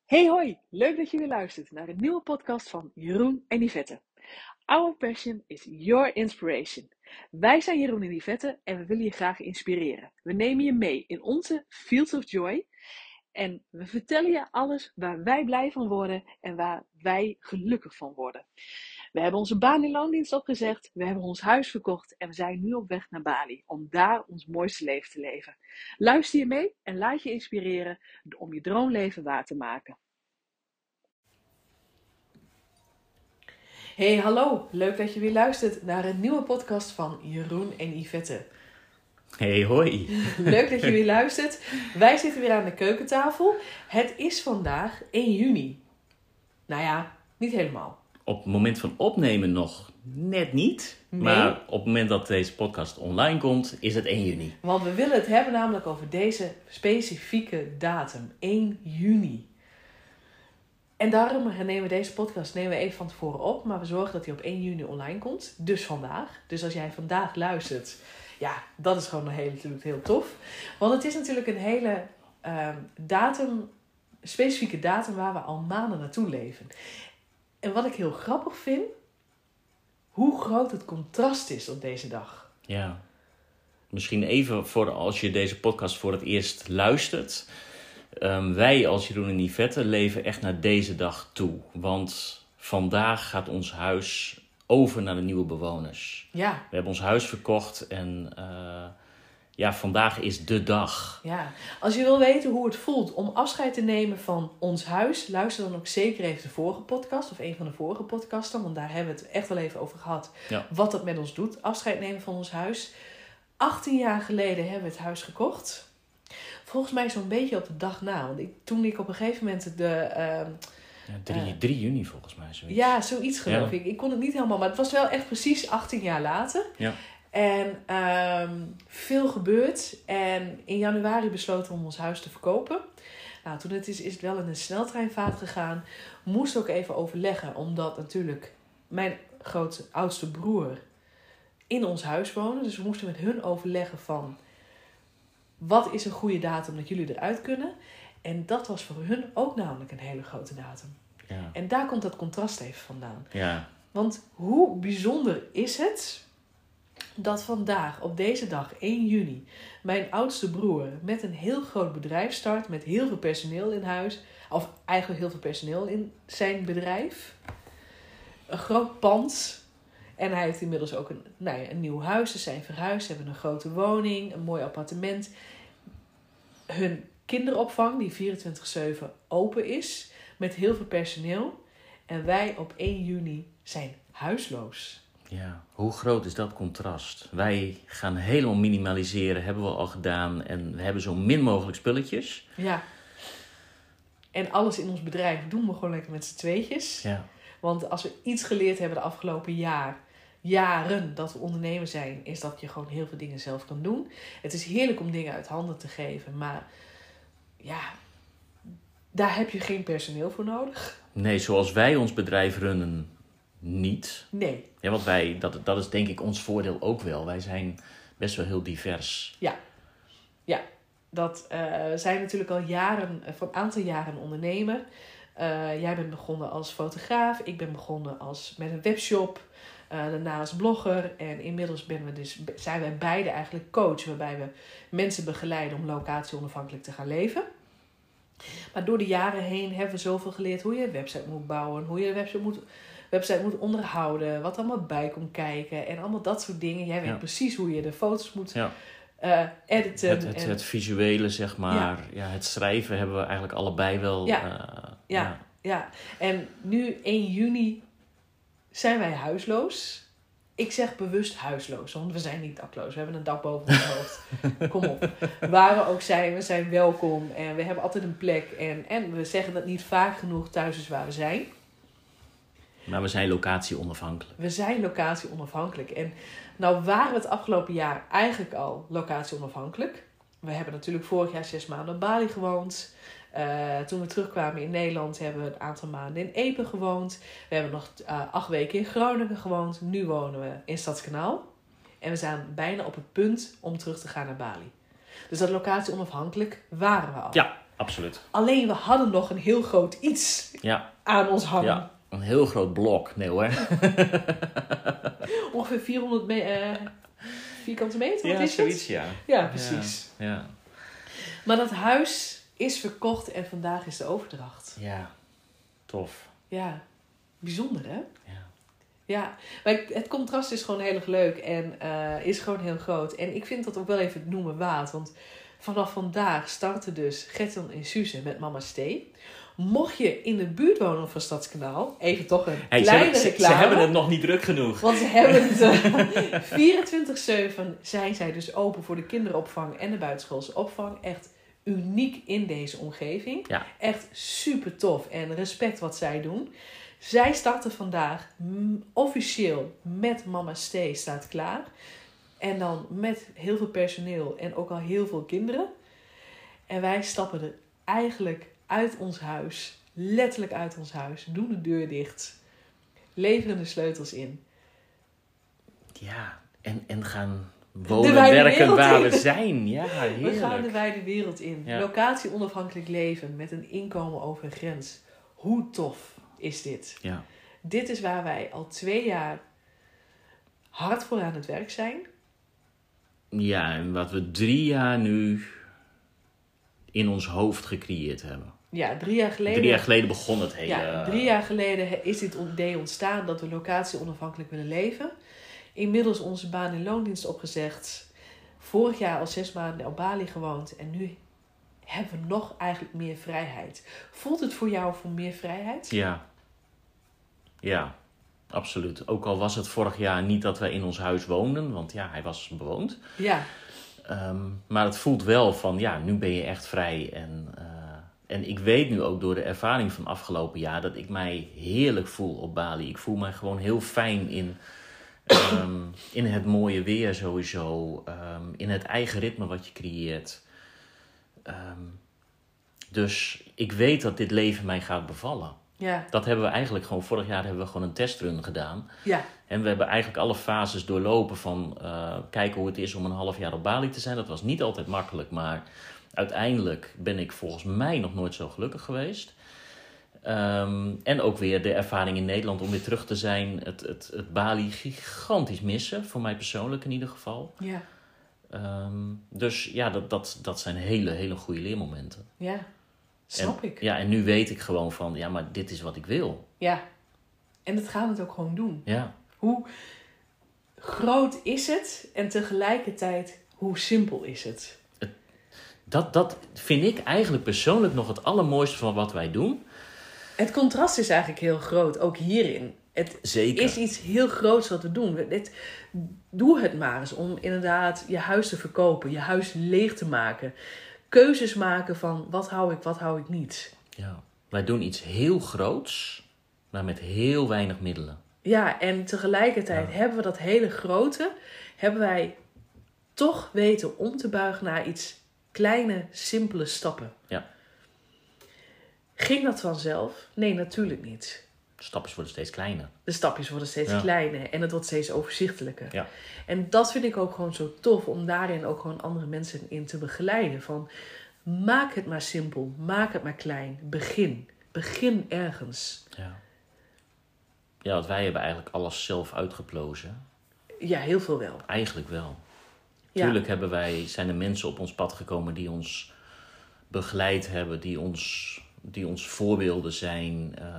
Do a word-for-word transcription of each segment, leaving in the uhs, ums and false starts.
Hey hoi, leuk dat je weer luistert naar een nieuwe podcast van Jeroen en Yvette. Our passion is your inspiration. Wij zijn Jeroen en Yvette en we willen je graag inspireren. We nemen je mee in onze Fields of Joy en we vertellen je alles waar wij blij van worden en waar wij gelukkig van worden. We hebben onze baan in loondienst opgezegd, we hebben ons huis verkocht en we zijn nu op weg naar Bali om daar ons mooiste leven te leven. Luister je mee en laat je inspireren om je droomleven waar te maken. Hey, hallo. Leuk dat je weer luistert naar een nieuwe podcast van Jeroen en Yvette. Hey, hoi. Leuk dat je weer luistert. Wij zitten weer aan de keukentafel. Het is vandaag één juni. Nou ja, niet helemaal. Op het moment van opnemen nog net niet. Nee. Maar op het moment dat deze podcast online komt, is het één juni. Want we willen het hebben namelijk over deze specifieke datum. één juni. En daarom nemen we deze podcast nemen we even van tevoren op. Maar we zorgen dat hij op één juni online komt. Dus vandaag. Dus als jij vandaag luistert. Ja, dat is gewoon een hele, natuurlijk heel tof. Want het is natuurlijk een hele uh, datum, specifieke datum waar we al maanden naartoe leven. En wat ik heel grappig vind. Hoe groot het contrast is op deze dag. Ja. Misschien even voor als je deze podcast voor het eerst luistert. Um, wij als Jeroen en Yvette leven echt naar deze dag toe. Want vandaag gaat ons huis over naar de nieuwe bewoners. Ja. We hebben ons huis verkocht en uh, ja, vandaag is de dag. Ja. Als je wil weten hoe het voelt om afscheid te nemen van ons huis, luister dan ook zeker even de vorige podcast of een van de vorige podcasten. Want daar hebben we het echt wel even over gehad. Ja. Wat dat met ons doet, afscheid nemen van ons huis. achttien jaar geleden hebben we het huis gekocht. Volgens mij zo'n beetje op de dag na. Want ik, toen ik op een gegeven moment de... Uh, ja, drie juni volgens mij. Zoiets. Ja, zoiets geloof ja. ik. Ik kon het niet helemaal... Maar het was wel echt precies achttien jaar later. Ja. En um, veel gebeurd. En in januari besloten we om ons huis te verkopen. Nou, toen het is, is het wel in een sneltreinvaart gegaan. Moest ook even overleggen. Omdat natuurlijk mijn grootste, oudste broer in ons huis woonde. Dus we moesten met hun overleggen van... Wat is een goede datum dat jullie eruit kunnen? En dat was voor hun ook namelijk een hele grote datum. Ja. En daar komt dat contrast even vandaan. Ja. Want hoe bijzonder is het dat vandaag, op deze dag, één juni, mijn oudste broer met een heel groot bedrijf start, met heel veel personeel in huis, of eigenlijk heel veel personeel in zijn bedrijf. Een groot pand. En hij heeft inmiddels ook een, nou ja, een nieuw huis. Ze zijn verhuisd, ze hebben een grote woning, een mooi appartement. Hun kinderopvang, die vierentwintig zeven open is, met heel veel personeel. En wij op één juni zijn huisloos. Ja, hoe groot is dat contrast? Wij gaan helemaal minimaliseren, hebben we al gedaan. En we hebben zo min mogelijk spulletjes. Ja. En alles in ons bedrijf doen we gewoon lekker met z'n tweetjes. Ja. Want als we iets geleerd hebben de afgelopen jaar, jaren dat we ondernemer zijn, is dat je gewoon heel veel dingen zelf kan doen. Het is heerlijk om dingen uit handen te geven, maar ja, daar heb je geen personeel voor nodig. Nee, zoals wij ons bedrijf runnen, niet. Nee. Ja, want wij, dat, dat is denk ik ons voordeel ook wel. Wij zijn best wel heel divers. Ja, ja. Dat uh, zijn natuurlijk al jaren, van een aantal jaren ondernemer. Uh, jij bent begonnen als fotograaf. Ik ben begonnen als, met een webshop. Uh, daarna als blogger. En inmiddels ben we dus, zijn wij beide eigenlijk coach. Waarbij we mensen begeleiden om locatie onafhankelijk te gaan leven. Maar door de jaren heen hebben we zoveel geleerd hoe je een website moet bouwen. Hoe je een website moet, website moet onderhouden. Wat er allemaal bij komt kijken. En allemaal dat soort dingen. Jij weet Ja. precies hoe je de foto's moet Ja. uh, editen. Het, het, en... het visuele, zeg maar. Ja. Ja, het schrijven hebben we eigenlijk allebei wel. Ja. Uh, Ja, ja. ja. En nu één juni zijn wij huisloos. Ik zeg bewust huisloos, want we zijn niet dakloos. We hebben een dak boven ons hoofd. Kom op. Waar we ook zijn, we zijn welkom. En we hebben altijd een plek. En, en we zeggen dat niet vaak genoeg, thuis is waar we zijn. Maar we zijn locatie onafhankelijk. We zijn locatie onafhankelijk. En nou waren we het afgelopen jaar eigenlijk al locatie onafhankelijk. We hebben natuurlijk vorig jaar zes maanden op Bali gewoond. Uh, toen we terugkwamen in Nederland hebben we een aantal maanden in Epe gewoond. We hebben nog uh, acht weken in Groningen gewoond. Nu wonen we in Stadskanaal. En we zijn bijna op het punt om terug te gaan naar Bali. Dus dat locatie onafhankelijk waren we al. Ja, absoluut. Alleen we hadden nog een heel groot iets Ja. aan ons hangen. Ja, een heel groot blok. Nee hoor. Ongeveer vierhonderd me- uh, vierkante meter, wat Ja, is zoiets, het? ja. Ja, precies. Ja, ja. Maar dat huis is verkocht en vandaag is de overdracht. Ja, tof. Ja, bijzonder hè? Ja. Ja, maar het contrast is gewoon heel erg leuk en uh, is gewoon heel groot. En ik vind dat ook wel even het noemen waard. Want vanaf vandaag starten dus Gerton en Suze met Mama Stee. Mocht je in de buurt wonen van Stadskanaal, even toch een Hey, kleine ze, reclame. Ze hebben het nog niet druk genoeg. Want ze hebben het uh, vierentwintig zeven zijn zij dus open voor de kinderopvang en de buitenschoolse opvang. Echt uniek in deze omgeving. Ja. Echt super tof en respect wat zij doen. Zij starten vandaag m- officieel met Mama Stee staat klaar. En dan met heel veel personeel en ook al heel veel kinderen. En wij stappen er eigenlijk uit ons huis, letterlijk uit ons huis, doen de deur dicht, leveren de sleutels in. Ja, en, en gaan wonen, wijde werken wereld waar in. we zijn. Ja, heerlijk. We gaan de wijde wereld in. Ja. Locatie onafhankelijk leven met een inkomen over een grens. Hoe tof is dit? Ja. Dit is waar wij al twee jaar hard voor aan het werk zijn. Ja, en wat we drie jaar nu in ons hoofd gecreëerd hebben. Ja, drie jaar geleden. Drie jaar geleden begon het hele... Ja, drie jaar geleden is dit idee ontstaan dat we locatie onafhankelijk willen leven. Inmiddels onze baan in loondienst opgezegd. Vorig jaar al zes maanden op Bali gewoond. En nu hebben we nog eigenlijk meer vrijheid. Voelt het voor jou voor meer vrijheid? Ja. Ja, absoluut. Ook al was het vorig jaar niet dat wij in ons huis woonden. Want ja, hij was bewoond. Ja. Um, maar het voelt wel van, ja, nu ben je echt vrij. En, uh, en ik weet nu ook door de ervaring van afgelopen jaar dat ik mij heerlijk voel op Bali. Ik voel mij gewoon heel fijn in, um, in het mooie weer sowieso. Um, in het eigen ritme wat je creëert. Um, dus ik weet dat dit leven mij gaat bevallen. Ja. Dat hebben we eigenlijk gewoon, vorig jaar hebben we gewoon een testrun gedaan. Ja. En we hebben eigenlijk alle fases doorlopen van uh, kijken hoe het is om een half jaar op Bali te zijn. Dat was niet altijd makkelijk, maar uiteindelijk ben ik volgens mij nog nooit zo gelukkig geweest. Um, en ook weer de ervaring in Nederland om weer terug te zijn. Het, het, het Bali gigantisch missen, voor mij persoonlijk in ieder geval. Ja. Um, dus ja, dat, dat, dat zijn hele, hele goede leermomenten. Ja, snap en, ik. Ja, en nu weet ik gewoon van, ja, maar dit is wat ik wil. Ja. En dat gaan we het ook gewoon doen. Ja. Hoe groot is het en tegelijkertijd hoe simpel is het? Dat, dat vind ik eigenlijk persoonlijk nog het allermooiste van wat wij doen. Het contrast is eigenlijk heel groot, ook hierin. Het Zeker. is iets heel groots wat we doen. Het, doe het maar eens om inderdaad je huis te verkopen, je huis leeg te maken. Keuzes maken van wat hou ik, wat hou ik niet. Ja, wij doen iets heel groots, maar met heel weinig middelen. Ja, en tegelijkertijd ja. hebben we dat hele grote, hebben wij toch weten om te buigen naar iets kleine, simpele stappen. Ja. Ging dat vanzelf? Nee, natuurlijk niet. De stapjes worden steeds kleiner. De stapjes worden steeds ja. kleiner en het wordt steeds overzichtelijker. Ja. En dat vind ik ook gewoon zo tof om daarin ook gewoon andere mensen in te begeleiden. Van maak het maar simpel, maak het maar klein, begin. Begin ergens. Ja. Ja, want wij hebben eigenlijk alles zelf uitgeplozen. Ja, heel veel wel. Eigenlijk wel. Ja. Tuurlijk hebben wij, zijn er mensen op ons pad gekomen die ons begeleid hebben, die ons, die ons voorbeelden zijn. Uh,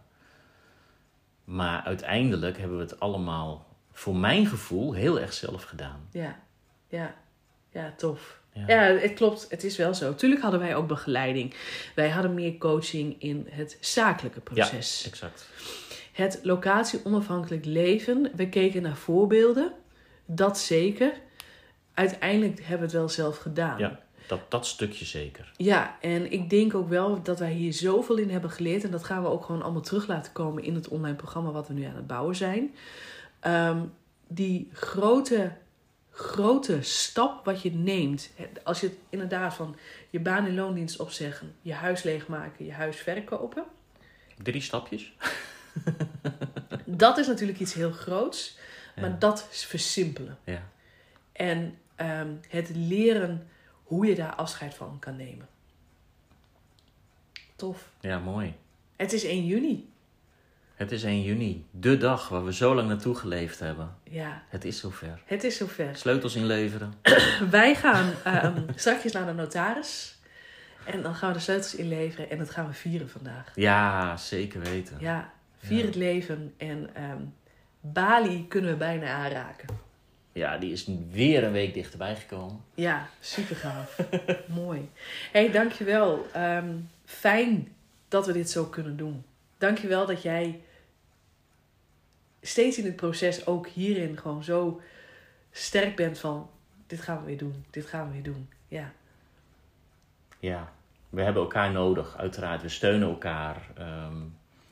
maar uiteindelijk hebben we het allemaal, voor mijn gevoel, heel erg zelf gedaan. Ja, ja, ja, tof. Ja. Ja, het klopt. Het is wel zo. Tuurlijk hadden wij ook begeleiding. Wij hadden meer coaching in het zakelijke proces. Ja, exact. Het locatie onafhankelijk leven. We keken naar voorbeelden. Dat zeker. Uiteindelijk hebben we het wel zelf gedaan. Ja, dat, dat stukje zeker. Ja, en ik denk ook wel dat wij hier zoveel in hebben geleerd. En dat gaan we ook gewoon allemaal terug laten komen in het online programma wat we nu aan het bouwen zijn. Um, die grote, grote stap wat je neemt. Als je het inderdaad van je baan in loondienst opzeggen. Je huis leegmaken, je huis verkopen. Drie stapjes. Dat is natuurlijk iets heel groots. Maar ja. dat is versimpelen. Ja. En um, het leren hoe je daar afscheid van kan nemen. Tof. Ja, mooi. Het is één juni. Het is één juni. De dag waar we zo lang naartoe geleefd hebben. Ja. Het is zover. Het is zover. Sleutels inleveren. Wij gaan um, straks naar de notaris. En dan gaan we de sleutels inleveren. En dat gaan we vieren vandaag. Ja, zeker weten. Ja, vier Ja. het leven. En um, Bali kunnen we bijna aanraken. Ja, die is weer een week dichterbij gekomen. Ja, super gaaf. Mooi. Hé, hey, dankjewel. Um, fijn dat we dit zo kunnen doen. Dankjewel dat jij steeds in het proces ook hierin gewoon zo sterk bent van... Dit gaan we weer doen. Dit gaan we weer doen. Ja. Ja, we hebben elkaar nodig, uiteraard. We steunen elkaar. Um,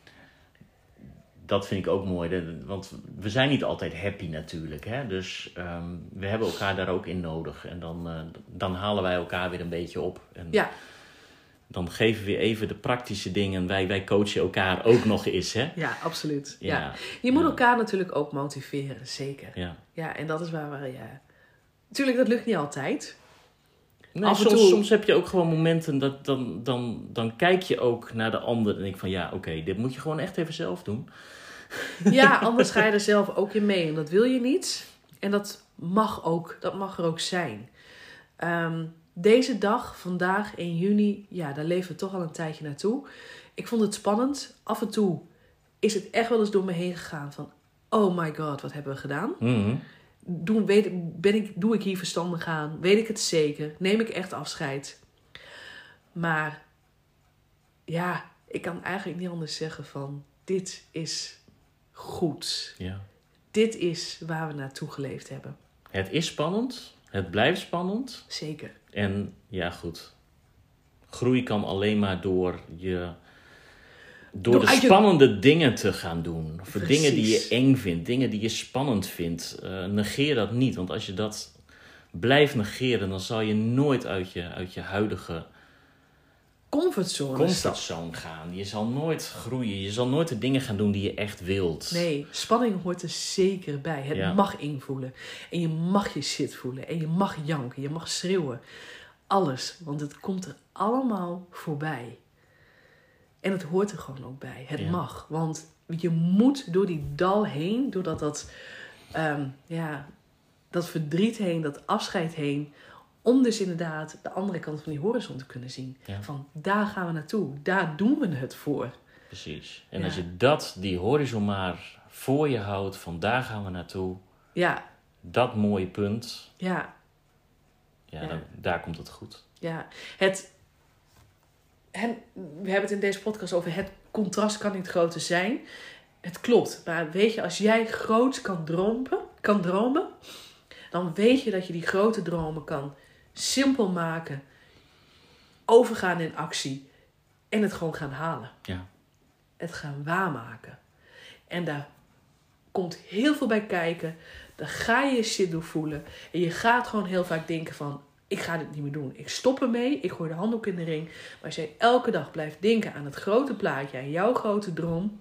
dat vind ik ook mooi. De, want we zijn niet altijd happy natuurlijk. Hè? Dus um, we hebben elkaar daar ook in nodig. En dan, uh, dan halen wij elkaar weer een beetje op. En Ja. dan geven we even de praktische dingen. Wij, wij coachen elkaar ook nog eens. Hè? Ja, absoluut. Ja. Ja. Je moet Ja. elkaar natuurlijk ook motiveren, zeker. Ja. Ja, en dat is waar we... Ja. Natuurlijk, dat lukt niet altijd. Nee, Af en soms, toe- soms heb je ook gewoon momenten dat dan, dan, dan kijk je ook naar de ander en denk van ja, oké, okay, dit moet je gewoon echt even zelf doen. Ja, anders ga je er zelf ook in mee. En dat wil je niet. En dat mag ook. Dat mag er ook zijn. Um, deze dag, vandaag, één juni, ja, daar leven we toch al een tijdje naartoe. Ik vond het spannend. Af en toe is het echt wel eens door me heen gegaan van... Oh my god, wat hebben we gedaan? Mm-hmm. Doe, weet, ben ik, doe ik hier verstandig aan? Weet ik het zeker? Neem ik echt afscheid? Maar ja, ik kan eigenlijk niet anders zeggen van... Dit is goed. Ja. Dit is waar we naartoe geleefd hebben. Het is spannend, het blijft spannend. Zeker. En ja, goed. Groei kan alleen maar door je... Door, Door de uit je- spannende dingen te gaan doen. Of Precies. dingen die je eng vindt, dingen die je spannend vindt. Uh, negeer dat niet. Want als je dat blijft negeren, dan zal je nooit uit je, uit je huidige Comfortzone. stappen. comfortzone gaan. Je zal nooit groeien. Je zal nooit de dingen gaan doen die je echt wilt. Nee, spanning hoort er zeker bij. Het Ja. mag invoelen. En je mag je shit voelen. En je mag janken. Je mag schreeuwen. Alles. Want het komt er allemaal voorbij. En het hoort er gewoon ook bij. Het Ja. mag. Want je moet door die dal heen. Doordat dat, um, ja, dat verdriet heen. Dat afscheid heen. Om dus inderdaad de andere kant van die horizon te kunnen zien. Ja. Van daar gaan we naartoe. Daar doen we het voor. Precies. En Ja. als je dat, die horizon maar voor je houdt, van daar gaan we naartoe. Ja, Dat mooie punt. ja, Ja, Ja. Dan, daar komt het goed. ja. Het, en we hebben het in deze podcast over het contrast kan niet groter zijn. Het klopt. Maar weet je, als jij groot kan dromen, kan dromen, dan weet je dat je die grote dromen kan simpel maken, overgaan in actie en het gewoon gaan halen. Ja. Het gaan waarmaken. En daar komt heel veel bij kijken. Daar ga je je shit door voelen. En je gaat gewoon heel vaak denken van... Ik ga dit niet meer doen. Ik stop ermee. Ik gooi de handdoek in de ring. Maar als jij elke dag blijft denken aan het grote plaatje... aan jouw grote droom...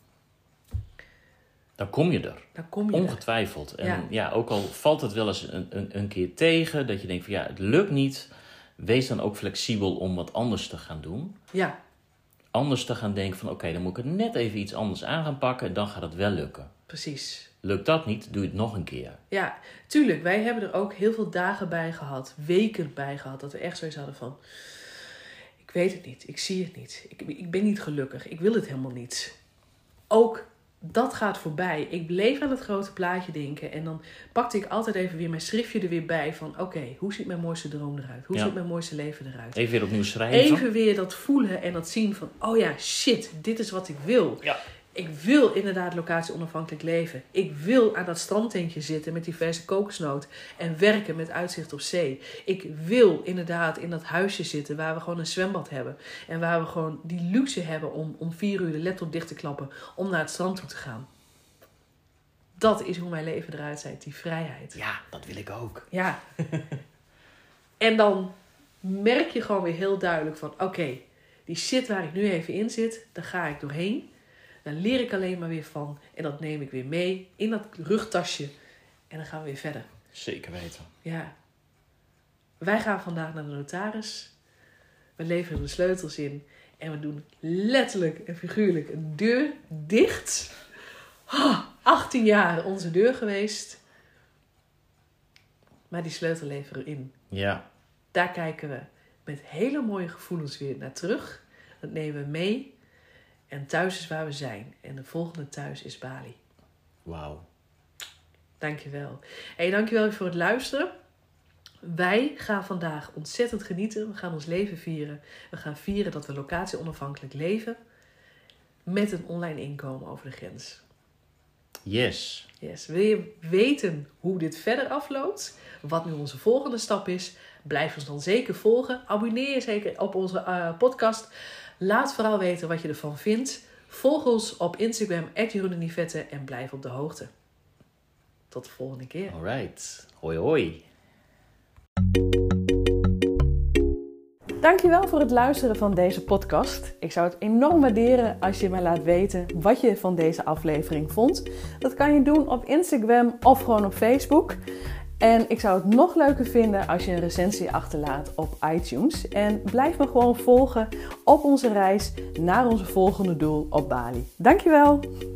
Dan kom je er. dan kom je er. Ongetwijfeld. En Ja. ja. ook al valt het wel eens een, een, een keer tegen... dat je denkt van ja, het lukt niet... wees dan ook flexibel om wat anders te gaan doen. Ja, Anders te gaan denken van oké, okay, dan moet ik het net even iets anders aan gaan pakken... en dan gaat het wel lukken. precies. Lukt dat niet, doe je het nog een keer. Ja, tuurlijk. Wij hebben er ook heel veel dagen bij gehad. Weken bij gehad. Dat we echt zoiets hadden van... Ik weet het niet. Ik zie het niet. Ik, ik ben niet gelukkig. Ik wil het helemaal niet. Ook dat gaat voorbij. Ik bleef aan het grote plaatje denken. En dan pakte ik altijd even weer mijn schriftje er weer bij. Van oké, okay, hoe ziet mijn mooiste droom eruit? Hoe Ja. ziet mijn mooiste leven eruit? Even weer opnieuw schrijven. Even weer dat voelen en dat zien van... Oh ja, shit. Dit is wat ik wil. Ja. Ik wil inderdaad locatie onafhankelijk leven. Ik wil aan dat strandtentje zitten met diverse kokosnoot en werken met uitzicht op zee. Ik wil inderdaad in dat huisje zitten waar we gewoon een zwembad hebben. En waar we gewoon die luxe hebben om om vier uur de laptop dicht te klappen om naar het strand toe te gaan. Dat is hoe mijn leven eruit ziet, die vrijheid. Ja, dat wil ik ook. Ja. En dan merk je gewoon weer heel duidelijk van... Oké, okay, die shit waar ik nu even in zit, daar ga ik doorheen. Daar leer ik alleen maar weer van. En dat neem ik weer mee in dat rugtasje. En dan gaan we weer verder. Zeker weten. Ja. Wij gaan vandaag naar de notaris. We leveren de sleutels in. En we doen letterlijk en figuurlijk een deur dicht. Oh, achttien jaar onze deur geweest. Maar die sleutel leveren we in. Ja. Daar kijken we met hele mooie gevoelens weer naar terug. Dat nemen we mee. En thuis is waar we zijn. En de volgende thuis is Bali. Wauw. Dankjewel. Hey, dankjewel voor het luisteren. Wij gaan vandaag ontzettend genieten. We gaan ons leven vieren. We gaan vieren dat we locatie onafhankelijk leven. Met een online inkomen over de grens. Yes. Yes. Wil je weten hoe dit verder afloopt? Wat nu onze volgende stap is? Blijf ons dan zeker volgen. Abonneer je zeker op onze uh, podcast. Laat vooral weten wat je ervan vindt. Volg ons op Instagram at Jeroen Nivette en blijf op de hoogte. Tot de volgende keer. Alright. Hoi hoi. Dankjewel voor het luisteren van deze podcast. Ik zou het enorm waarderen als je mij laat weten wat je van deze aflevering vond. Dat kan je doen op Instagram of gewoon op Facebook. En ik zou het nog leuker vinden als je een recensie achterlaat op iTunes. En blijf me gewoon volgen op onze reis naar onze volgende doel op Bali. Dankjewel!